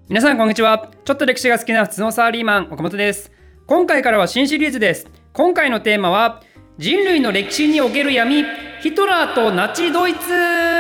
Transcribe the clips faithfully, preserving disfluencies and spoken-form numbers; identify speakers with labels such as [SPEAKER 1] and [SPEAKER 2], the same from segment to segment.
[SPEAKER 1] 皆さんこんにちは。ちょっと歴史が好きな普通のサラリーマン岡本です。今回からは新シリーズです。今回のテーマは人類の歴史における闇、ヒトラーとナチドイツ。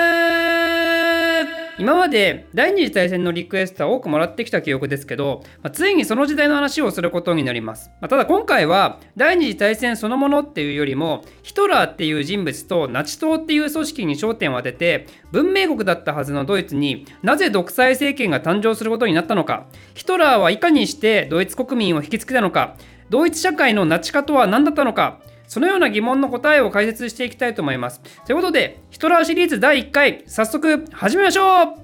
[SPEAKER 1] 今まで第二次大戦のリクエストは多くもらってきた記憶ですけど、まあ、ついにその時代の話をすることになります。まあ、ただ今回は第二次大戦そのものっていうよりも、ヒトラーっていう人物とナチ党っていう組織に焦点を当てて、文明国だったはずのドイツになぜ独裁政権が誕生することになったのか、ヒトラーはいかにしてドイツ国民を引きつけたのか、ドイツ社会のナチ化とは何だったのか、そのような疑問の答えを解説していきたいと思います。ということで、ヒトラーシリーズだいいっかい、早速始めましょう。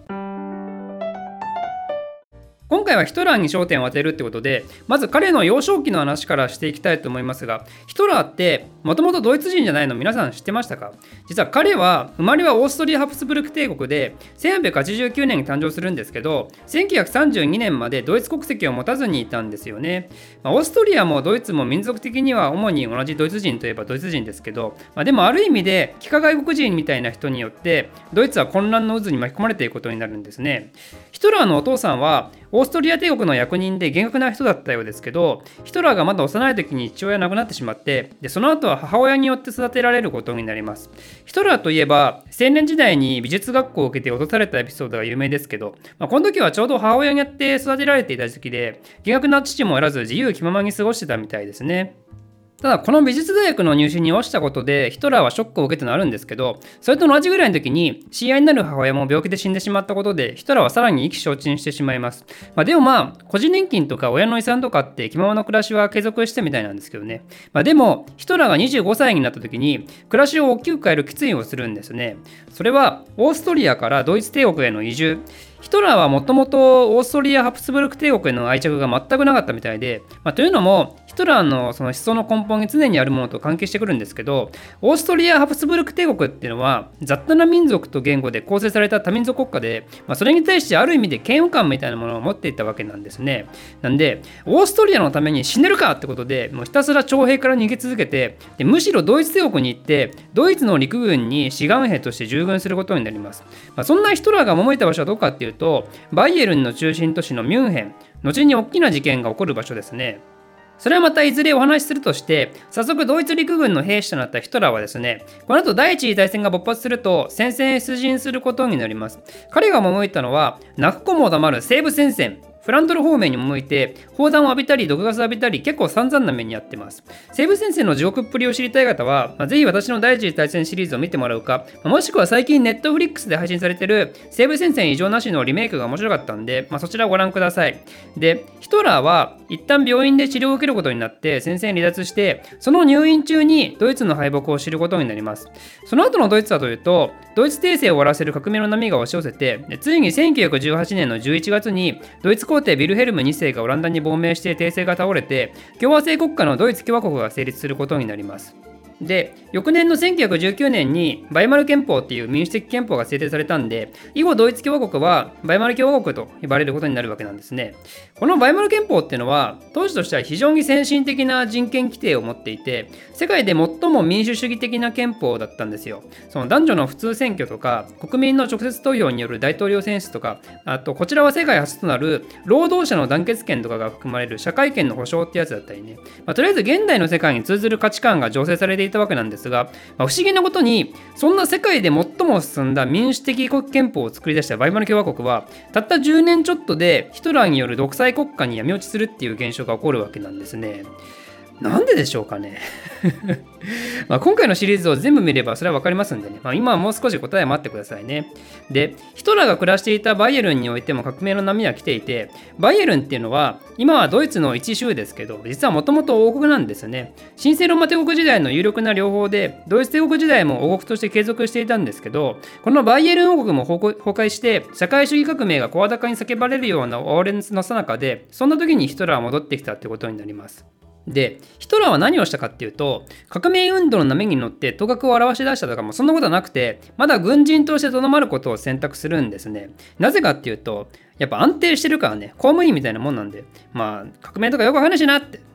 [SPEAKER 1] 今回はヒトラーに焦点を当てるってことで、まず彼の幼少期の話からしていきたいと思いますが、ヒトラーってもともとドイツ人じゃないの皆さん知ってましたか？実は彼は生まれはオーストリア・ハプスブルク帝国でせんよんひゃくはちじゅうきゅうねんに誕生するんですけど、せんきゅうひゃくさんじゅうにねんまでドイツ国籍を持たずにいたんですよね。まあ、オーストリアもドイツも民族的には主に同じドイツ人といえばドイツ人ですけど、まあ、でもある意味で幾何外国人みたいな人によってドイツは混乱の渦に巻き込まれていくことになるんですね。ヒトラーのお父さんはオーストリア帝国の役人で厳格な人だったようですけど、ヒトラーがまだ幼い時に父親が亡くなってしまって、でその後は母親によって育てられることになります。ヒトラーといえば青年時代に美術学校を受けて落とされたエピソードが有名ですけど、まあ、この時はちょうど母親によって育てられていた時期で、厳格な父もおらず自由気ままに過ごしてたみたいですね。ただこの美術大学の入試に落ちたことでヒトラーはショックを受けてなるんですけど、それと同じぐらいの時に親愛なる母親も病気で死んでしまったことでヒトラーはさらに意気消沈してしまいます。まあ、でもまあ個人年金とか親の遺産とかって気ままな暮らしは継続してみたいなんですけどね。まあ、でもヒトラーがにじゅうごさいになった時に暮らしを大きく変える決意をするんですね。それはオーストリアからドイツ帝国への移住。ヒトラーはもともとオーストリア・ハプスブルク帝国への愛着が全くなかったみたいで、まあ、というのもヒトラーのその思想の根本に常にあるものと関係してくるんですけど、オーストリア・ハプスブルク帝国っていうのは雑多な民族と言語で構成された多民族国家で、まあ、それに対してある意味で嫌悪感みたいなものを持っていたわけなんですね。なんでオーストリアのために死ねるかってことでもうひたすら徴兵から逃げ続けて、でむしろドイツ帝国に行ってドイツの陸軍に志願兵として従軍することになります。まあ、そんなヒトラーが赴いた場所はどこかっていうと、バイエルンの中心都市のミュンヘン、後に大きな事件が起こる場所ですね。それはまたいずれお話しするとして、早速ドイツ陸軍の兵士となったヒトラーはですね、この後第一次大戦が勃発すると戦線へ出陣することになります。彼が赴いたのは泣く子も黙る西部戦線、フランドル方面に向いて砲弾を浴びたり毒ガスを浴びたり結構散々な目に遭ってます。西部戦線の地獄っぷりを知りたい方は、まあ、ぜひ私の第一次大戦シリーズを見てもらうか、まあ、もしくは最近ネットフリックスで配信されている西部戦線異常なしのリメイクが面白かったんで、まあ、そちらをご覧ください。で、ヒトラーは一旦病院で治療を受けることになって戦線離脱して、その入院中にドイツの敗北を知ることになります。その後のドイツはというと、ドイツ帝政を終わらせる革命の波が押し寄せて、でついにせんきゅうひゃくじゅうはちねんのじゅういちがつにドイツ皇帝ヴィルヘルムにせいがオランダに亡命して帝政が倒れて、共和制国家のドイツ共和国が成立することになります。で、翌年のせんきゅうひゃくじゅうきゅうねんにバイマル憲法っていう民主的憲法が制定されたんで、以後ドイツ共和国はバイマル共和国と呼ばれることになるわけなんですね。このバイマル憲法っていうのは当時としては非常に先進的な人権規定を持っていて、世界で最も民主主義的な憲法だったんですよ。その男女の普通選挙とか国民の直接投票による大統領選出とか、あとこちらは世界初となる労働者の団結権とかが含まれる社会権の保障ってやつだったりね、まあ、とりあえず現代の世界に通ずる価値観が醸成されていたわけなんですが、まあ、不思議なことにそんな世界で最も進んだ民主的国憲法を作り出したバイマル共和国はたったじゅうねんちょっとでヒトラーによる独裁国家に闇落ちするっていう現象が起こるわけなんですね。なんででしょうかねまあ今回のシリーズを全部見ればそれは分かりますんでね、まあ、今はもう少し答え待ってくださいね。で、ヒトラーが暮らしていたバイエルンにおいても革命の波は来ていて、バイエルンっていうのは今はドイツの一州ですけど、実はもともと王国なんですね。神聖ローマ帝国時代の有力な領邦で、ドイツ帝国時代も王国として継続していたんですけど、このバイエルン王国も崩壊して社会主義革命が声高に叫ばれるような哀れの最中で、そんな時にヒトラーは戻ってきたってことになります。で、ヒトラーは何をしたかっていうと、革命運動の波に乗って頭角を現し出したとかもそんなことはなくて、まだ軍人としてとどまることを選択するんですね。なぜかっていうと、やっぱ安定してるからね、公務員みたいなもんなんで、まあ革命とかよくわかんないしなって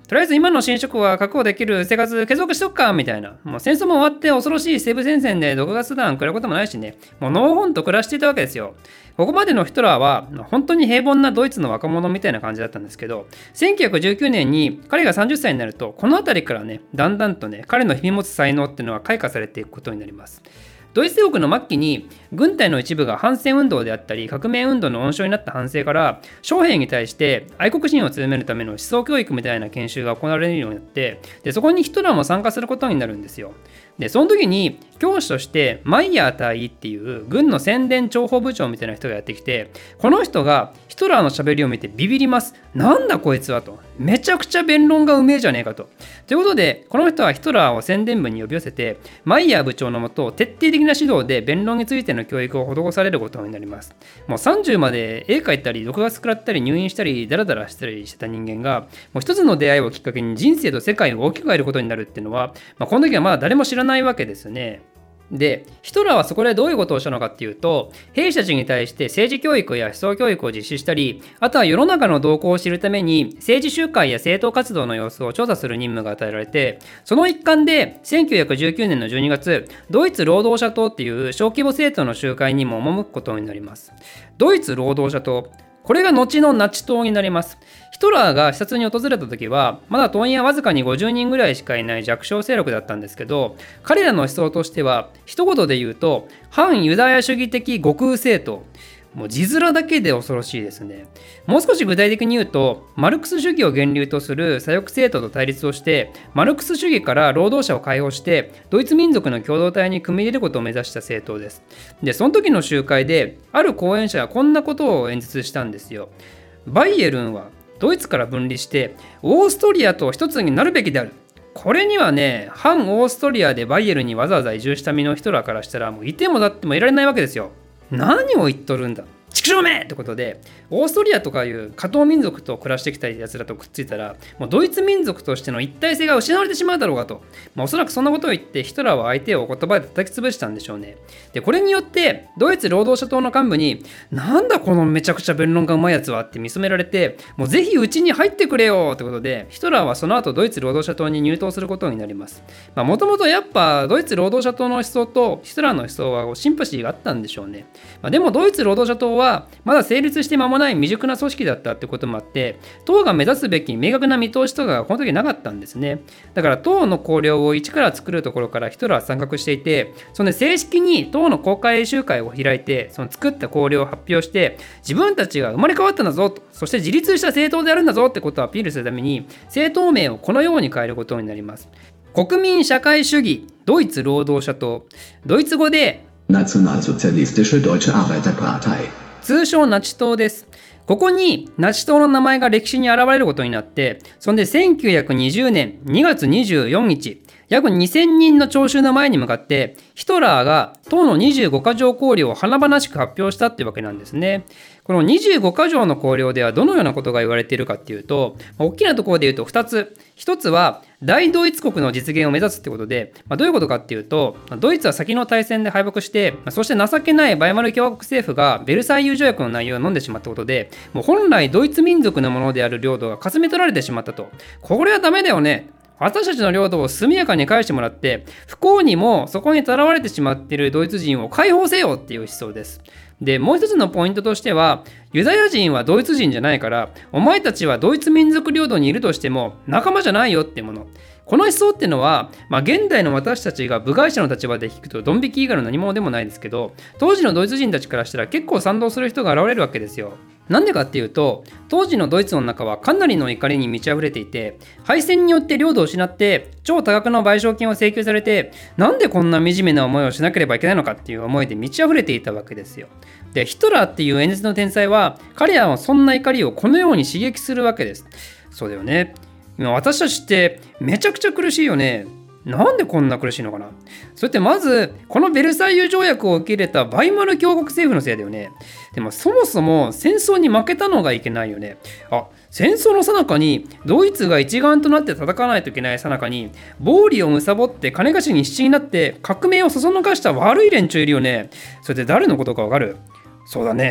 [SPEAKER 1] とりあえず今の寝食は確保できる生活継続しとくかみたいな。もう戦争も終わって恐ろしい西部戦線で毒ガス弾食らうこともないしね、もうのほほんと暮らしていたわけですよ。ここまでのヒトラーは本当に平凡なドイツの若者みたいな感じだったんですけど、せんきゅうひゃくじゅうきゅうねんに彼がさんじゅっさいになると、この辺りからね、だんだんとね、彼の秘め持つ才能っていうのは開花されていくことになります。ドイツ帝国の末期に軍隊の一部が反戦運動であったり革命運動の温床になった反省から、将兵に対して愛国心を強めるための思想教育みたいな研修が行われるようになって、でそこにヒトラーも参加することになるんですよ。でその時に教師としてマイヤー大尉っていう軍の宣伝諜報部長みたいな人がやってきて、この人がヒトラーの喋りを見てビビります。なんだこいつはと、めちゃくちゃ弁論がうめえじゃねえかと。ということでこの人はヒトラーを宣伝部に呼び寄せて、マイヤー部長のもと徹底的な指導で弁論についての教育を施されることになります。もうさんじゅうまで絵描いたり毒ガス食らったり入院したりダラダラしたりしてた人間が、もう一つの出会いをきっかけに人生と世界を大きく変えることになるっていうのは、まあ、この時はまだ誰も知らないわけですね。でヒトラーはそこでどういうことをしたのかっていうと、兵士たちに対して政治教育や思想教育を実施したり、あとは世の中の動向を知るために政治集会や政党活動の様子を調査する任務が与えられて、その一環でせんきゅうひゃくじゅうきゅうねんのじゅうにがつ、ドイツ労働者党っていう小規模政党の集会にも赴くことになります。ドイツ労働者党、これが後のナチ党になります。ヒトラーが視察に訪れた時はまだ党員はわずかにごじゅうにんぐらいしかいない弱小勢力だったんですけど、彼らの思想としては一言で言うと反ユダヤ主義的極右政党。もう字面だけで恐ろしいですね。もう少し具体的に言うと、マルクス主義を源流とする左翼政党と対立をして、マルクス主義から労働者を解放してドイツ民族の共同体に組み入れることを目指した政党です。でその時の集会である講演者がこんなことを演説したんですよ。バイエルンはドイツから分離してオーストリアと一つになるべきである。これにはね、反オーストリアでバイエルンにわざわざ移住した身のヒトラーからしたらもういてもだってもいられないわけですよ。何を言っとるんだ、畜生めってことで、オーストリアとかいう下等民族と暮らしてきたやつらとくっついたら、もうドイツ民族としての一体性が失われてしまうだろうかと、まあ、おそらくそんなことを言ってヒトラーは相手を言葉で叩き潰したんでしょうね。でこれによってドイツ労働者党の幹部に、なんだこのめちゃくちゃ弁論がうまいやつはって見初められて、もうぜひうちに入ってくれよってことで、ヒトラーはその後ドイツ労働者党に入党することになります。もともとやっぱドイツ労働者党の思想とヒトラーの思想はシンパシーがあったんでしょうね。まあ、でもドイツ労働者党はまだ成立して間もない未熟な組織だったってこともあって、党が目指すべき明確な見通しとかがこの時なかったんですね。だから党の綱領を一から作るところからヒトラーは参画していて、その正式に党の公開集会を開いて、その作った綱領を発表して、自分たちが生まれ変わったんだぞと、そして自立した政党であるんだぞってことをアピールするために、政党名をこのように変えることになります。国民社会主義ドイツ労働者党、ドイツ語で
[SPEAKER 2] Nationalsozialistische Deutsche Arbeiterpartei、
[SPEAKER 1] 通称ナチ党です。ここにナチ党の名前が歴史に現れることになって、そんでせんきゅうひゃくにじゅうねんにがつにじゅうよっか、約にせんにんの聴衆の前に向かってヒトラーが党のにじゅうごか条綱領を華々しく発表したっていうわけなんですね。このにじゅうごか条の綱領ではどのようなことが言われているかっていうと、大きなところで言うとふたつ。ひとつは大ドイツ国の実現を目指すってことで、まあ、どういうことかっていうと、ドイツは先の大戦で敗北して、そして情けないバイマル共和国政府がベルサイユ条約の内容を飲んでしまったことで、もう本来ドイツ民族のものである領土がかすめ取られてしまったと。これはダメだよね。私たちの領土を速やかに返してもらって、不幸にもそこに囚われてしまっているドイツ人を解放せよっていう思想です。で、もう一つのポイントとしては、ユダヤ人はドイツ人じゃないから、お前たちはドイツ民族領土にいるとしても仲間じゃないよっていうもの。この思想っていうのは、まあ、現代の私たちが部外者の立場で聞くとドン引き以外の何者でもないですけど、当時のドイツ人たちからしたら結構賛同する人が現れるわけですよ。なんでかっていうと、当時のドイツの中はかなりの怒りに満ち溢れていて、敗戦によって領土を失って超多額の賠償金を請求されて、なんでこんな惨めな思いをしなければいけないのかっていう思いで満ち溢れていたわけですよ。で、ヒトラーっていう演説の天才は、彼らはそんな怒りをこのように刺激するわけです。そうだよね。今私たちってめちゃくちゃ苦しいよね。なんでこんな苦しいのかな。それってまずこのベルサイユ条約を受け入れたバイマル共和国政府のせいだよね。でもそもそも戦争に負けたのがいけないよね。あ、戦争の最中にドイツが一丸となって戦わないといけない最中に暴利を貪って金貸しに必死になって革命をそそのかした悪い連中いるよね。それって誰のことかわかる？そうだね。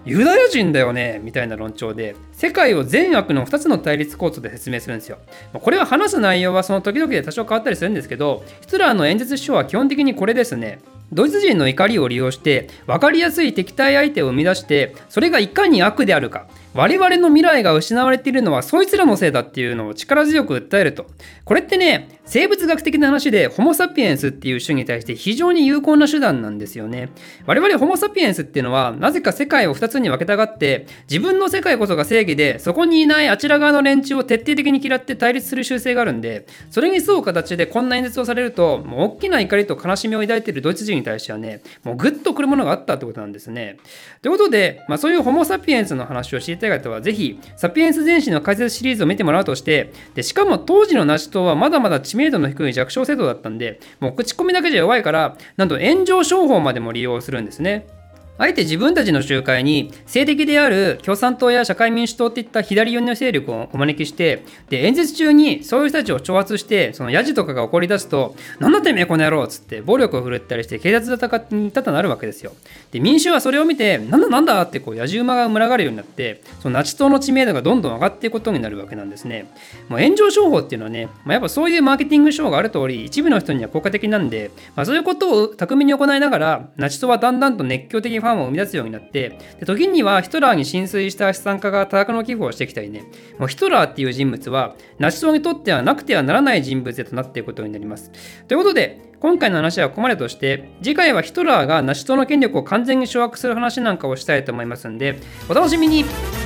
[SPEAKER 1] ユダヤ人だよねみたいな論調で、世界を善悪のふたつの対立構造で説明するんですよ。これは話す内容はその時々で多少変わったりするんですけど、ヒトラーの演説主張は基本的にこれですね。ドイツ人の怒りを利用して分かりやすい敵対相手を生み出して、それがいかに悪であるか、我々の未来が失われているのはそいつらのせいだっていうのを力強く訴えると。これってね、生物学的な話でホモ・サピエンスっていう種に対して非常に有効な手段なんですよね。我々ホモ・サピエンスっていうのはなぜか世界をふたつに分けたがって、自分の世界こそが正義で、そこにいないあちら側の連中を徹底的に嫌って対立する習性があるんで、それに沿う形でこんな演説をされると、もう大きな怒りと悲しみを抱いているドイツ人に対してはね、もうグッとくるものがあったってことなんですね。ということで、まあ、そういうホモ・サピエンスの話を知りたい方はぜひサピエンス全史の解説シリーズを見てもらうとして、でしかも当時のナチ党はまだまだ知名度の低い弱小政党だったんで、もう口コミだけじゃ弱いから、なんと炎上商法までも利用するんですね。あえて自分たちの集会に政敵である共産党や社会民主党っていった左寄りの勢力をお招きして、で演説中にそういう人たちを挑発して、そのヤジとかが起こり出すと、なんだてめえこの野郎っつって暴力を振るったりして警察沙汰に多々なるわけですよ。で民衆はそれを見て、なんだなんだってこうヤジ馬が群がるようになって、そのナチ党の知名度がどんどん上がっていくことになるわけなんですね。もう炎上商法っていうのはね、まあ、やっぱそういうマーケティング手法がある通り、一部の人には効果的なんで、まあ、そういうことを巧みに行いながら、ナチ党はだんだんと熱狂的ファンを生み出すようになって、で時にはヒトラーに浸水した資産家が多額の寄付をしてきたりね、もうヒトラーっていう人物はナチ党にとってはなくてはならない人物へとなっていくことになります。ということで、今回の話はここまでとして、次回はヒトラーがナチ党の権力を完全に掌握する話なんかをしたいと思いますんで、お楽しみに。